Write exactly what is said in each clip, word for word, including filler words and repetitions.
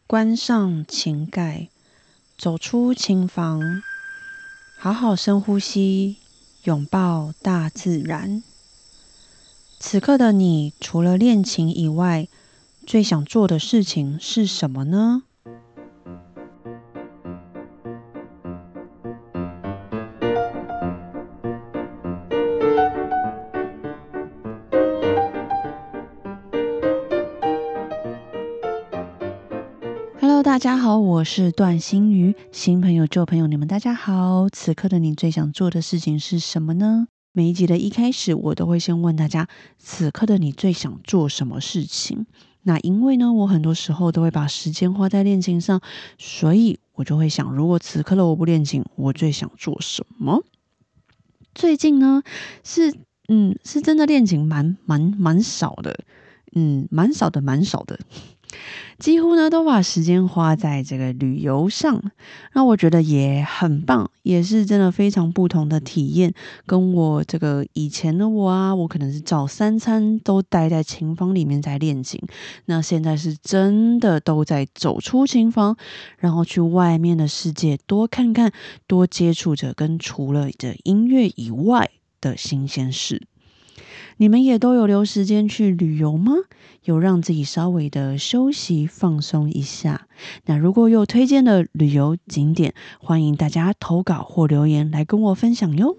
关上琴盖，走出琴房，好好深呼吸，拥抱大自然。此刻的你，除了练琴以外，最想做的事情是什么呢？Hello， 大家好，我是段心瑜。新朋友、旧朋友，你们大家好。此刻的你最想做的事情是什么呢？每一集的一开始，我都会先问大家，此刻的你最想做什么事情？那因为呢，我很多时候都会把时间花在练琴上，所以我就会想，如果此刻的我不练琴，我最想做什么？最近呢，是嗯，是真的练琴蛮蛮蛮少的，嗯，蛮少的，蛮少的。几乎呢都把时间花在这个旅游上，那我觉得也很棒，也是真的非常不同的体验。跟我这个以前的我啊，我可能是早三餐都待在琴房里面在练琴，那现在是真的都在走出琴房，然后去外面的世界多看看，多接触着跟除了这音乐以外的新鲜事。你们也都有留时间去旅游吗？有让自己稍微的休息放松一下？那如果有推荐的旅游景点，欢迎大家投稿或留言来跟我分享哟。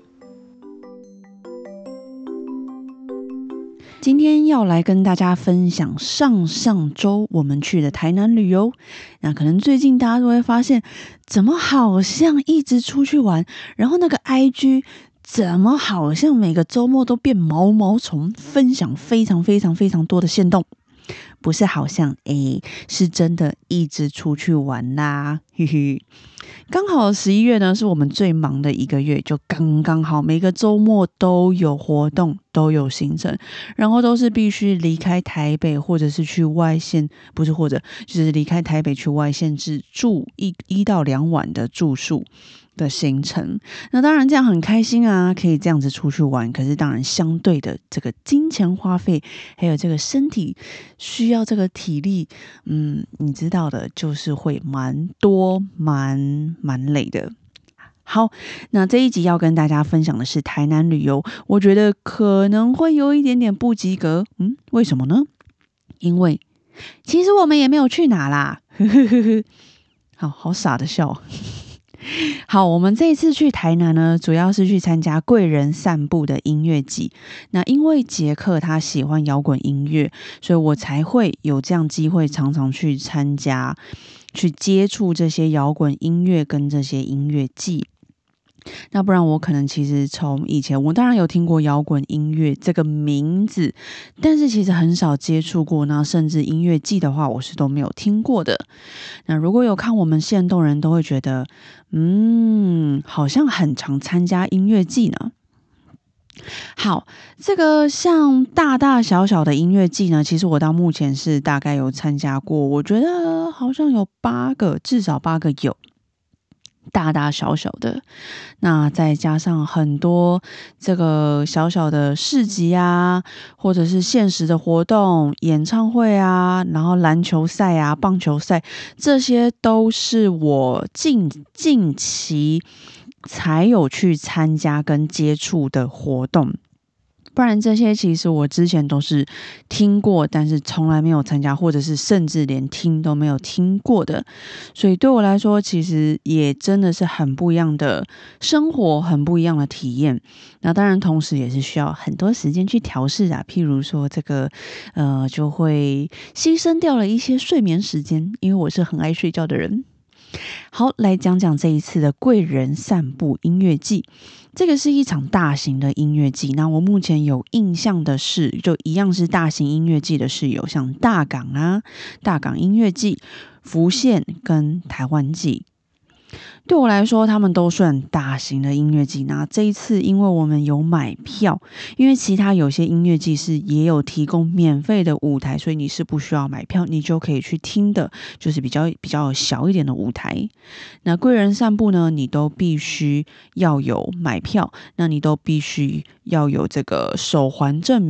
今天要来跟大家分享上上周我们去的台南旅游。那可能最近大家都会发现，怎么好像一直出去玩，然后那个 I G怎么好像每个周末都变毛毛虫，分享非常非常非常多的限动。不是好像诶，是真的一直出去玩啦，嘿嘿。刚好十一月呢是我们最忙的一个月，就刚刚好每个周末都有活动，都有行程，然后都是必须离开台北或者是去外县，不是或者就是离开台北去外县市住一一到两晚的住宿的行程。那当然这样很开心啊，可以这样子出去玩，可是当然相对的这个金钱花费还有这个身体需要这个体力，嗯，你知道的，就是会蛮多蛮蛮累的。好，那这一集要跟大家分享的是台南旅游，我觉得可能会有一点点不及格，嗯，为什么呢？因为其实我们也没有去哪啦，呵呵呵呵，好好傻的笑。好，我们这一次去台南呢，主要是去参加贵人散步的音乐季。那因为杰克他喜欢摇滚音乐，所以我才会有这样机会，常常去参加、去接触这些摇滚音乐跟这些音乐季。那不然我可能其实从以前，我当然有听过摇滚音乐这个名字，但是其实很少接触过，那甚至音乐季的话，我是都没有听过的。那如果有看我们限动人都会觉得，嗯，好像很常参加音乐季呢。好，这个像大大小小的音乐季呢，其实我到目前是大概有参加过，我觉得好像有八个，至少八个有。大大小小的，那再加上很多这个小小的市集啊，或者是现实的活动、演唱会啊，然后篮球赛啊、棒球赛，这些都是我近近期才有去参加跟接触的活动。不然这些其实我之前都是听过，但是从来没有参加，或者是甚至连听都没有听过的。所以对我来说，其实也真的是很不一样的生活，很不一样的体验。那当然，同时也是需要很多时间去调试啊。譬如说，这个呃，就会牺牲掉了一些睡眠时间，因为我是很爱睡觉的人。好，来讲讲这一次的贵人散步音乐季。这个是一场大型的音乐季，那我目前有印象的是，就一样是大型音乐季的是有像大港啊、大港音乐季、浮现跟台湾季。对我来说，他们都算大型的音乐季。那这一次，因为我们有买票，因为其他有些音乐季是也有提供免费的舞台，所以你是不需要买票，你就可以去听的，就是比较比较小一点的舞台。那贵人散步呢，你都必须要有买票，那你都必须要有这个手环证明。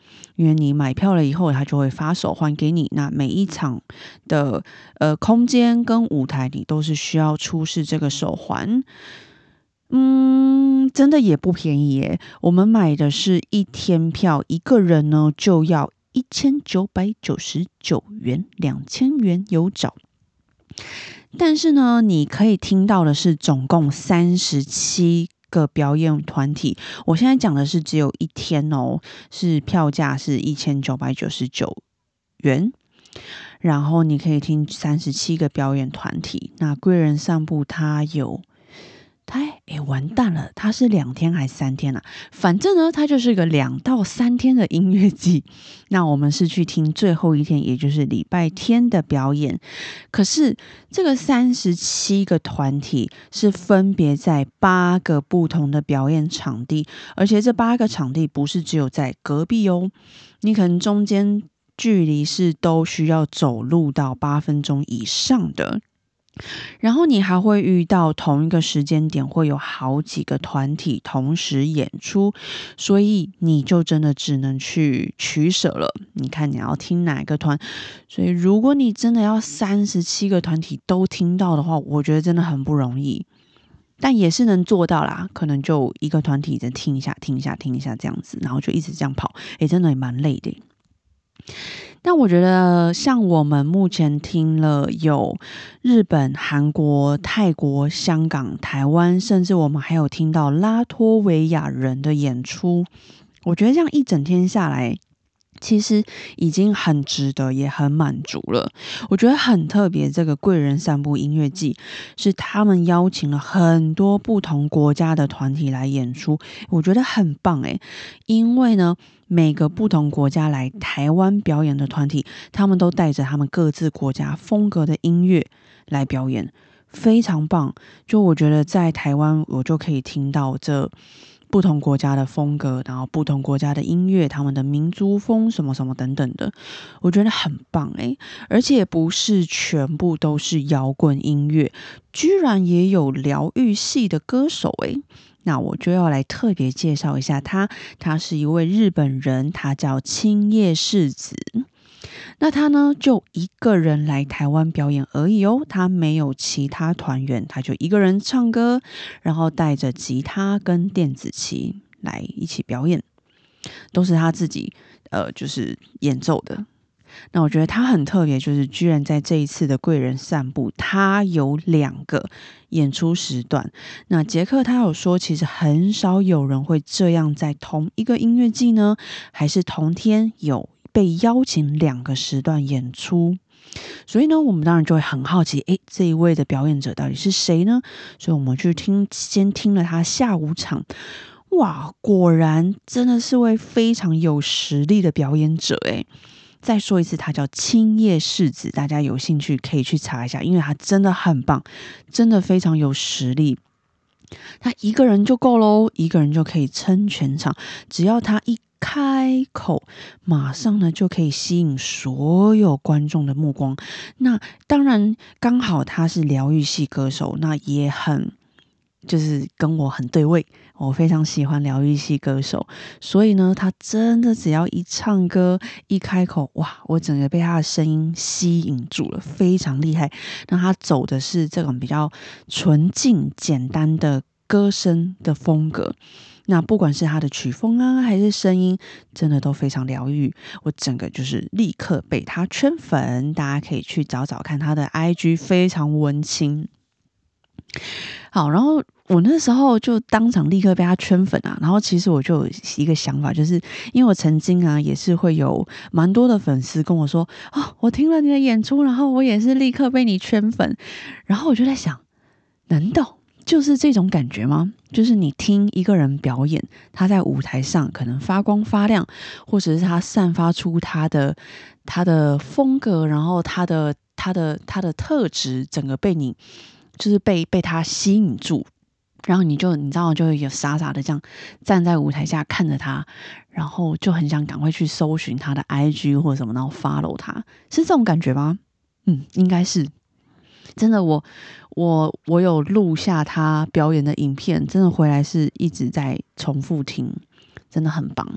因为你买票了以后，他就会发手环给你。那每一场的呃空间跟舞台你都是需要出示这个手环。嗯，真的也不便宜耶。我们买的是一天票，一个人呢就要一千九百九十九元，两千元有找。但是呢，你可以听到的是总共三十七个表演团体。我现在讲的是只有一天哦，是票价是一千九百九十九元。然后你可以听三十七个表演团体。那贵人散步它有它诶完蛋了，它是两天还是三天啊？反正呢，它就是一个两到三天的音乐季。那我们是去听最后一天，也就是礼拜天的表演。可是这个三十七个团体是分别在八个不同的表演场地，而且这八个场地不是只有在隔壁哦，你可能中间距离是都需要走路到八分钟以上的。然后你还会遇到同一个时间点会有好几个团体同时演出，所以你就真的只能去取舍了。你看你要听哪个团，所以如果你真的要三十七个团体都听到的话，我觉得真的很不容易。但也是能做到啦，可能就一个团体的听一下听一下听一下这样子，然后就一直这样跑，诶真的也蛮累的。但我觉得像我们目前听了有日本、韩国、泰国、香港、台湾，甚至我们还有听到拉脱维亚人的演出，我觉得这样一整天下来其实已经很值得，也很满足了。我觉得很特别，这个贵人散步音乐季是他们邀请了很多不同国家的团体来演出，我觉得很棒诶。因为呢每个不同国家来台湾表演的团体，他们都带着他们各自国家风格的音乐来表演，非常棒。就我觉得在台湾我就可以听到这不同国家的风格，然后不同国家的音乐，他们的民族风什么什么等等的，我觉得很棒诶。而且不是全部都是摇滚音乐，居然也有疗愈系的歌手诶。那我就要来特别介绍一下他，他是一位日本人，他叫青叶世子。那他呢就一个人来台湾表演而已哦，他没有其他团员，他就一个人唱歌，然后带着吉他跟电子琴来一起表演，都是他自己呃就是演奏的。那我觉得他很特别，就是居然在这一次的贵人散步，他有两个演出时段。那杰克他有说，其实很少有人会这样在同一个音乐季呢，还是同天有被邀请两个时段演出。所以呢，我们当然就会很好奇，诶，这一位的表演者到底是谁呢？所以我们去听，先听了他下午场。哇，果然真的是位非常有实力的表演者诶。再说一次，他叫青叶世子，大家有兴趣可以去查一下，因为他真的很棒，真的非常有实力。他一个人就够咯，一个人就可以撑全场，只要他一开口，马上呢就可以吸引所有观众的目光。那当然刚好他是疗愈系歌手，那也很就是跟我很对味，我非常喜欢疗愈系歌手，所以呢他真的只要一唱歌一开口，哇，我整个被他的声音吸引住了，非常厉害。那他走的是这种比较纯净简单的歌声的风格，那不管是他的曲风啊还是声音，真的都非常疗愈，我整个就是立刻被他圈粉。大家可以去找找看他的 I G， 非常文青。好，然后我那时候就当场立刻被他圈粉啊，然后其实我就有一个想法，就是因为我曾经啊也是会有蛮多的粉丝跟我说，哦，我听了你的演出，然后我也是立刻被你圈粉。然后我就在想，难道就是这种感觉吗？就是你听一个人表演，他在舞台上可能发光发亮，或者是他散发出他的他的风格，然后他的他的他的特质，整个被你就是被被他吸引住，然后你就你知道就有傻傻的这样站在舞台下看着他，然后就很想赶快去搜寻他的 I G 或者什么，然后 follow 他，是这种感觉吗？嗯，应该是。真的我我我有录下他表演的影片，真的回来是一直在重复听，真的很棒。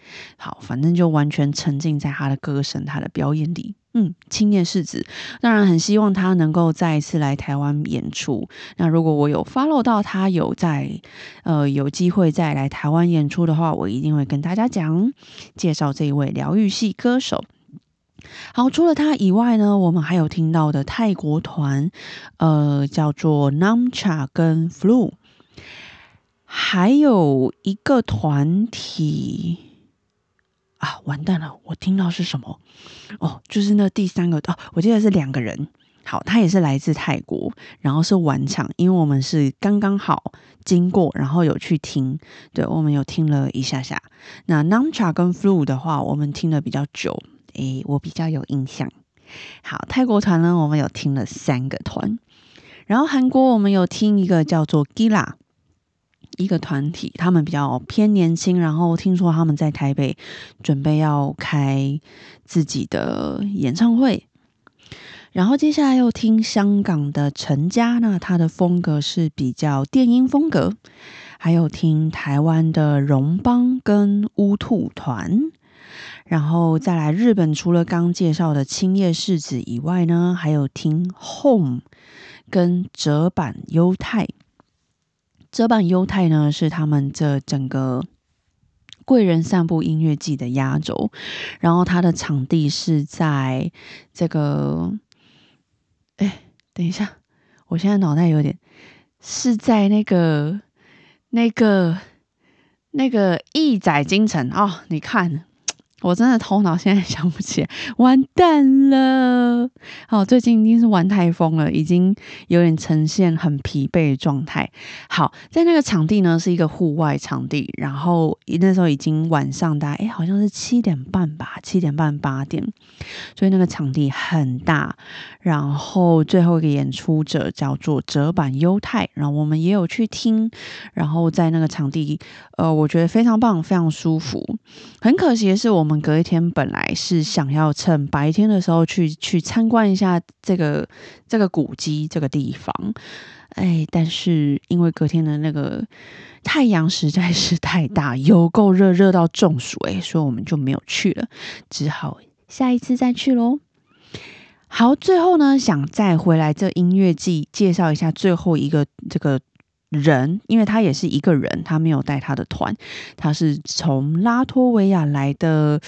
好，反正就完全沉浸在他的歌声、他的表演里。嗯，青叶世子，当然很希望他能够再一次来台湾演出。那如果我有 follow 到他有在呃有机会再来台湾演出的话，我一定会跟大家讲介绍这一位疗愈系歌手。好，除了他以外呢，我们还有听到的泰国团，呃，叫做 Namcha 跟 Flu， 还有一个团体啊，完蛋了，我听到是什么？哦，就是那第三个哦，我记得是两个人。好，他也是来自泰国，然后是晚场，因为我们是刚刚好经过，然后有去听，对，我们有听了一下下。那 Namcha 跟 Flu 的话，我们听了比较久，诶，我比较有印象。好，泰国团呢，我们有听了三个团，然后韩国我们有听一个叫做 Gila。一个团体，他们比较偏年轻，然后听说他们在台北准备要开自己的演唱会。然后接下来又听香港的陈嘉，那他的风格是比较电音风格。还有听台湾的荣邦跟乌兔团。然后再来日本，除了刚介绍的青叶世子以外呢，还有听 Home 跟折板优太。折板优太呢是他们这整个贵人散步音乐季的压轴，然后它的场地是在这个，哎，等一下，我现在脑袋有点是在那个那个那个义载京城哦，你看。我真的头脑现在想不起来，完蛋了！好，最近一定是玩台风了，已经有点呈现很疲惫的状态。好，在那个场地呢是一个户外场地，然后那时候已经晚上大概哎好像是七点半吧，七点半八点，所以那个场地很大。然后最后一个演出者叫做折板优太，然后我们也有去听，然后在那个场地，呃，我觉得非常棒，非常舒服。很可惜的是，我们隔一天本来是想要趁白天的时候去去参观一下这个这个古迹这个地方，哎，但是因为隔天的那个太阳实在是太大，有够热，热到中暑，哎，所以我们就没有去了，只好下一次再去咯。好，最后呢，想再回来这音乐季介绍一下最后一个这个人，因为他也是一个人，他没有带他的团，他是从拉脱维亚来的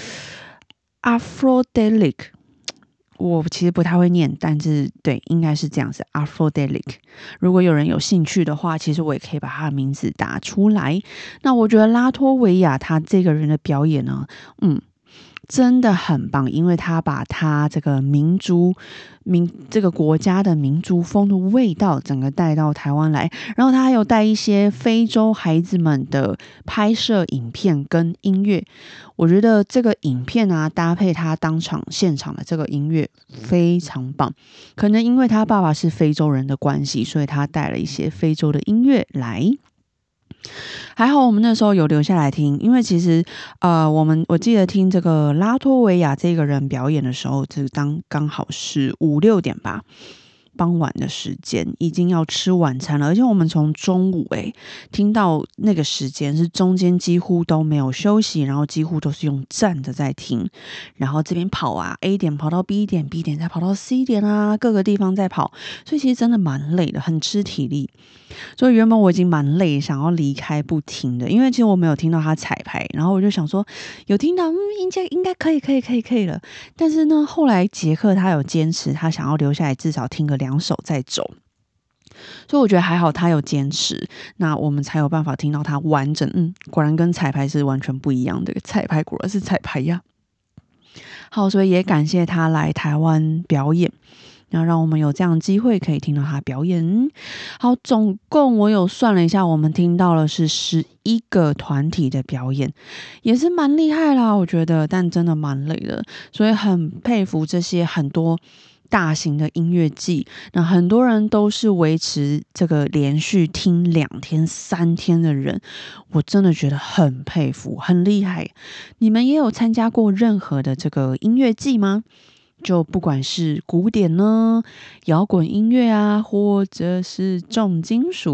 Afrodelic， 我其实不太会念，但是对，应该是这样子 Afrodelic。 如果有人有兴趣的话，其实我也可以把他的名字打出来。那我觉得拉脱维亚他这个人的表演呢，嗯真的很棒，因为他把他这个民族民这个国家的民族风的味道整个带到台湾来，然后他还有带一些非洲孩子们的拍摄影片跟音乐，我觉得这个影片啊搭配他当场现场的这个音乐非常棒。可能因为他爸爸是非洲人的关系，所以他带了一些非洲的音乐来。还好我们那时候有留下来听，因为其实呃，我们我记得听这个拉脱维亚这个人表演的时候，这当刚好是五六点吧，傍晚的时间，已经要吃晚餐了。而且我们从中午诶听到那个时间，是中间几乎都没有休息，然后几乎都是用站着在听，然后这边跑啊 A 点跑到 B 点 B 点再跑到 C 点啊，各个地方在跑，所以其实真的蛮累的，很吃体力。所以原本我已经蛮累，想要离开不听的，因为其实我没有听到他彩排，然后我就想说有听到，嗯，应该应该可以可以可以可以了。但是呢，后来杰克他有坚持，他想要留下来至少听个两首再走。所以我觉得还好他有坚持，那我们才有办法听到他完整。嗯，果然跟彩排是完全不一样的，彩排果然是彩排呀。好，所以也感谢他来台湾表演，然后让我们有这样的机会可以听到他表演。好，总共我有算了一下，我们听到了是十一个团体的表演，也是蛮厉害啦，我觉得，但真的蛮累的，所以很佩服这些很多大型的音乐季，那很多人都是维持这个连续听两天三天的人，我真的觉得很佩服，很厉害。你们也有参加过任何的这个音乐季吗？就不管是古典呢、摇滚音乐啊，或者是重金属，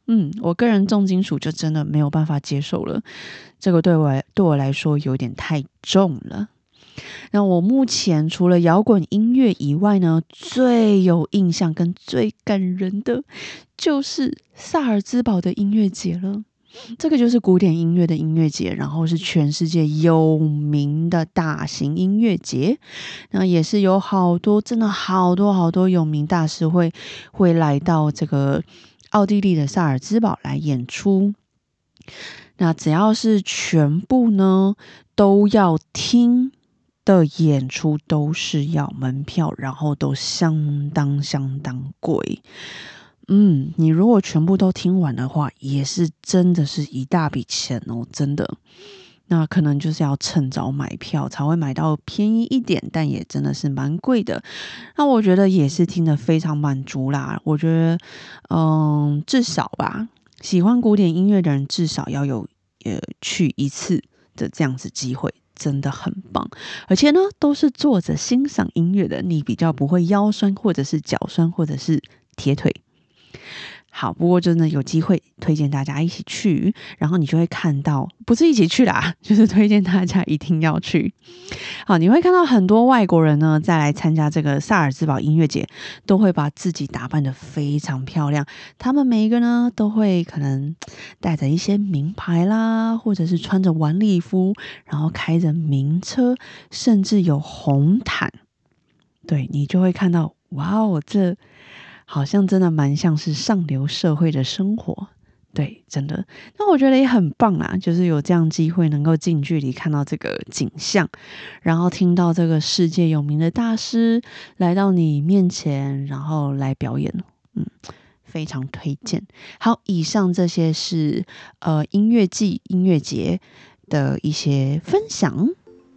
嗯，我个人重金属就真的没有办法接受了，这个对我来对我来说有点太重了。那我目前除了摇滚音乐以外呢，最有印象跟最感人的就是萨尔兹堡的音乐节了。这个就是古典音乐的音乐节，然后是全世界有名的大型音乐节，那也是有好多真的好多好多有名大师会会来到这个奥地利的萨尔兹堡来演出。那只要是全部呢都要听的演出都是要门票，然后都相当相当贵。嗯，你如果全部都听完的话，也是真的是一大笔钱哦，真的。那可能就是要趁早买票才会买到便宜一点，但也真的是蛮贵的。那我觉得也是听得非常满足啦。我觉得，嗯，至少吧，喜欢古典音乐的人至少要有呃去一次的这样子机会。真的很棒，而且呢，都是坐着欣赏音乐的，你比较不会腰酸，或者是脚酸，或者是铁腿。好，不过真的有机会推荐大家一起去，然后你就会看到，不是一起去啦，就是推荐大家一定要去。好，你会看到很多外国人呢，再来参加这个萨尔兹堡音乐节，都会把自己打扮得非常漂亮。他们每一个呢，都会可能带着一些名牌啦，或者是穿着晚礼服，然后开着名车，甚至有红毯。对，你就会看到，哇哦，这好像真的蛮像是上流社会的生活。对，真的。那我觉得也很棒啦，就是有这样机会能够近距离看到这个景象，然后听到这个世界有名的大师来到你面前，然后来表演。嗯，非常推荐。好，以上这些是呃音乐季、音乐节的一些分享。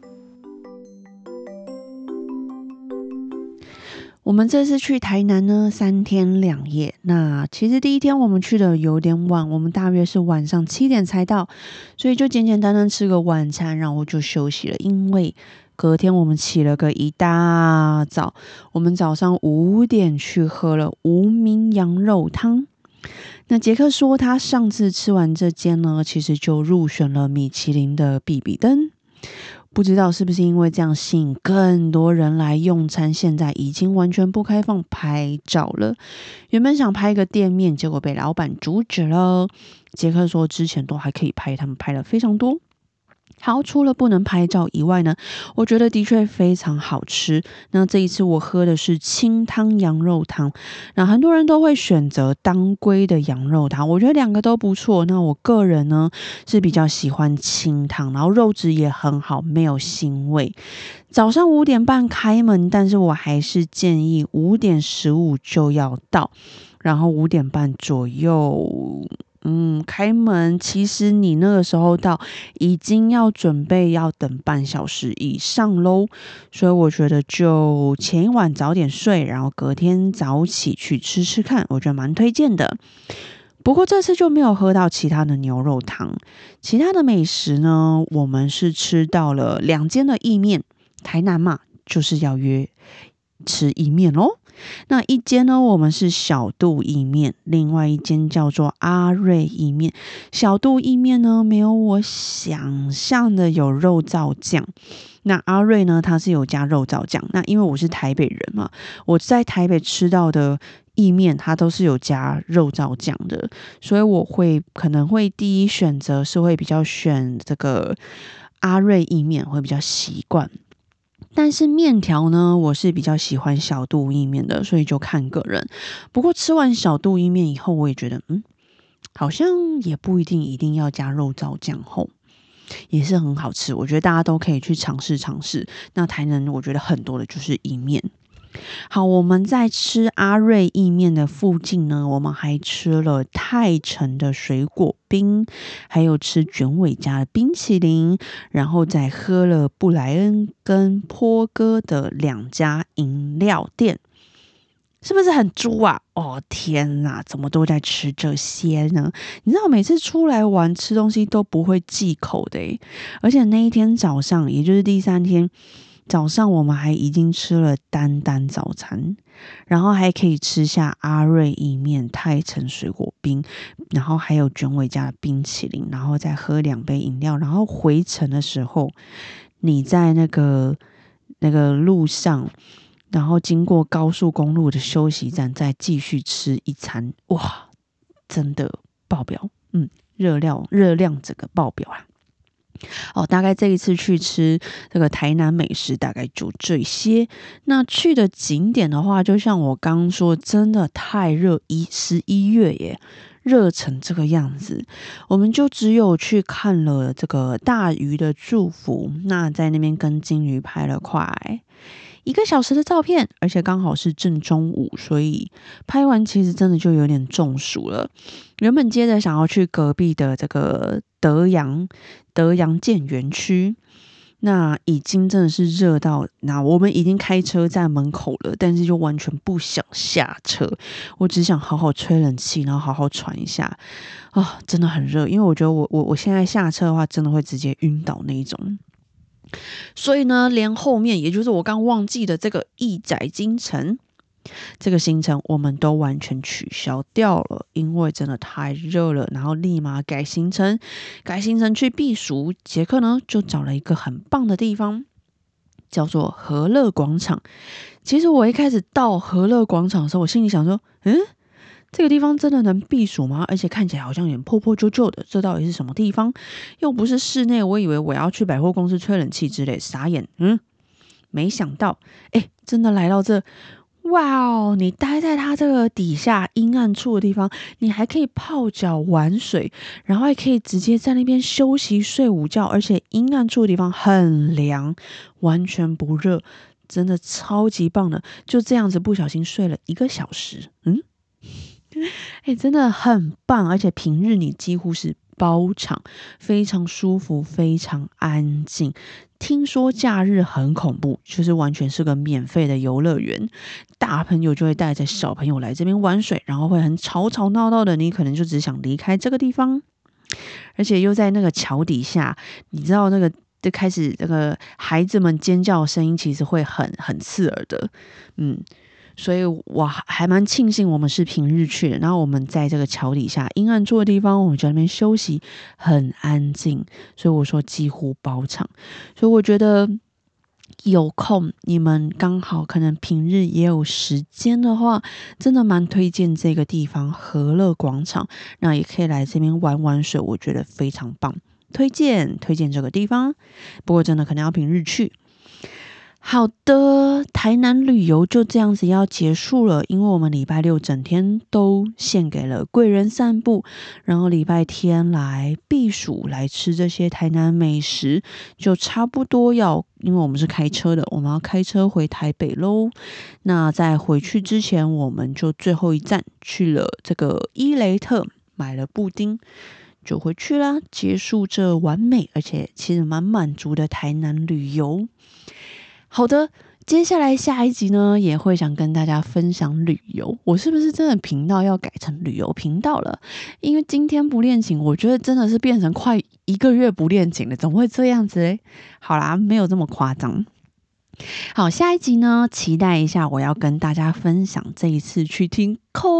我们这次去台南呢，三天两夜。那其实第一天我们去的有点晚，我们大约是晚上七点才到，所以就简简单单吃个晚餐，然后就休息了。因为隔天我们起了个一大早，我们早上五点去喝了无名羊肉汤。那杰克说他上次吃完这间呢，其实就入选了米其林的必比登。不知道是不是因为这样吸引更多人来用餐，现在已经完全不开放拍照了。原本想拍一个店面，结果被老板阻止了。杰克说之前都还可以拍，他们拍了非常多。好，除了不能拍照以外呢，我觉得的确非常好吃。那这一次我喝的是清汤羊肉汤，那很多人都会选择当归的羊肉汤，我觉得两个都不错。那我个人呢是比较喜欢清汤，然后肉质也很好，没有腥味。早上五点半开门，但是我还是建议五点十五就要到，然后五点半左右。嗯，开门，其实你那个时候到已经要准备要等半小时以上咯，所以我觉得就前一晚早点睡，然后隔天早起去吃吃看，我觉得蛮推荐的。不过这次就没有喝到其他的牛肉汤，其他的美食呢，我们是吃到了两间的意面，台南嘛，就是要约吃意面咯。那一间呢，我们是小肚意面，另外一间叫做阿瑞意面。小肚意面呢，没有我想象的有肉燥酱。那阿瑞呢，它是有加肉燥酱。那因为我是台北人嘛，我在台北吃到的意面，它都是有加肉燥酱的，所以我会可能会第一选择是会比较选这个阿瑞意面，会比较习惯。但是面条呢，我是比较喜欢小肚意面的，所以就看个人。不过吃完小肚意面以后，我也觉得，嗯，好像也不一定一定要加肉燥酱后，也是很好吃。我觉得大家都可以去尝试尝试。那台南我觉得很多的就是意面。好，我们在吃阿瑞意面的附近呢，我们还吃了泰城的水果冰，还有吃卷尾家的冰淇淋，然后再喝了布莱恩跟坡哥的两家饮料店。是不是很猪啊？哦天哪，怎么都在吃这些呢？你知道每次出来玩吃东西都不会忌口的耶，而且那一天早上，也就是第三天， 早上我们还已经吃了丹丹早餐，然后还可以吃下阿瑞意面、泰城水果冰，然后还有卷尾家的冰淇淋，然后再喝两杯饮料，然后回程的时候，你在那个那个路上，然后经过高速公路的休息站，再继续吃一餐，哇，真的爆表，嗯，热量热量整个爆表啊！哦，大概这一次去吃这个台南美食，大概就这些。那去的景点的话，就像我刚刚说，真的太热，一十一月耶，热成这个样子，我们就只有去看了这个大鱼的祝福，那在那边跟金鱼拍了快一个小时的照片，而且刚好是正中午，所以拍完其实真的就有点中暑了。原本接着想要去隔壁的这个德阳德阳建园区，那已经真的是热到，那我们已经开车在门口了，但是就完全不想下车，我只想好好吹冷气，然后好好喘一下啊、哦，真的很热，因为我觉得我我我现在下车的话，真的会直接晕倒那一种。所以呢，连后面也就是我刚忘记的这个义载京城这个行程，我们都完全取消掉了，因为真的太热了。然后立马改行程，改行程去避暑。杰克呢就找了一个很棒的地方，叫做和乐广场。其实我一开始到和乐广场的时候，我心里想说，嗯。这个地方真的能避暑吗？而且看起来好像有点破破旧旧的，这到底是什么地方？又不是室内，我以为我要去百货公司吹冷气之类，傻眼。嗯，没想到，哎，真的来到这，哇哦！你待在它这个底下阴暗处的地方，你还可以泡脚玩水，然后还可以直接在那边休息睡午觉，而且阴暗处的地方很凉，完全不热，真的超级棒的。就这样子不小心睡了一个小时，嗯。哎、欸，真的很棒，而且平日你几乎是包场，非常舒服，非常安静。听说假日很恐怖，就是完全是个免费的游乐园，大朋友就会带着小朋友来这边玩水，然后会很吵吵闹闹的，你可能就只想离开这个地方，而且又在那个桥底下，你知道那个就开始这个孩子们尖叫的声音，其实会很很刺耳的，嗯。所以我还蛮庆幸我们是平日去的，然后我们在这个桥底下阴暗处的地方，我们就在那边休息，很安静。所以我说几乎包场。所以我觉得有空你们刚好可能平日也有时间的话，真的蛮推荐这个地方和乐广场，那也可以来这边玩玩水，我觉得非常棒，推荐推荐这个地方。不过真的可能要平日去。好的，台南旅游就这样子要结束了，因为我们礼拜六整天都献给了贵人散步，然后礼拜天来避暑，来吃这些台南美食，就差不多要，因为我们是开车的，我们要开车回台北咯。那在回去之前，我们就最后一站去了这个伊雷特，买了布丁。就回去啦，结束这完美而且其实蛮满足的台南旅游。好的，接下来下一集呢，也会想跟大家分享旅游。我是不是真的频道要改成旅游频道了？因为今天不练琴，我觉得真的是变成快一个月不练琴了，怎么会这样子嘞？好啦，没有这么夸张。好，下一集呢，期待一下，我要跟大家分享这一次去听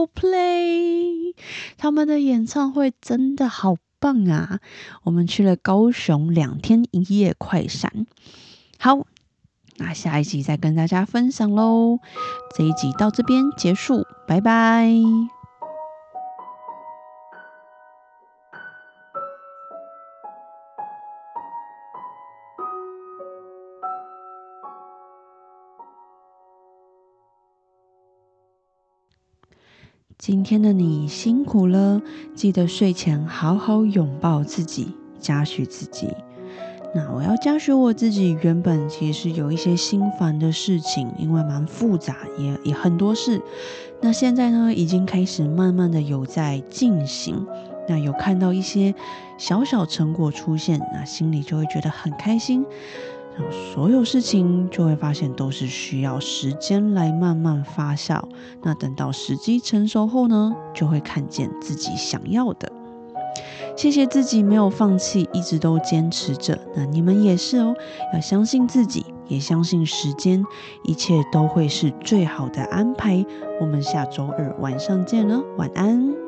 Coldplay 他们的演唱会，真的好棒啊！我们去了高雄两天一夜快闪。好。那下一集再跟大家分享咯，这一集到这边结束，拜拜。今天的你辛苦了，记得睡前好好拥抱自己，嘉许自己。那我要嘉许我自己，原本其实有一些心烦的事情，因为蛮复杂，也也很多事。那现在呢，已经开始慢慢的有在进行，那有看到一些小小成果出现，那心里就会觉得很开心。然后所有事情就会发现都是需要时间来慢慢发酵。那等到时机成熟后呢，就会看见自己想要的。谢谢自己没有放弃，一直都坚持着。那你们也是哦，要相信自己， 也相信时间，一切都会是最好的安排。我们下周二晚上见了，晚安。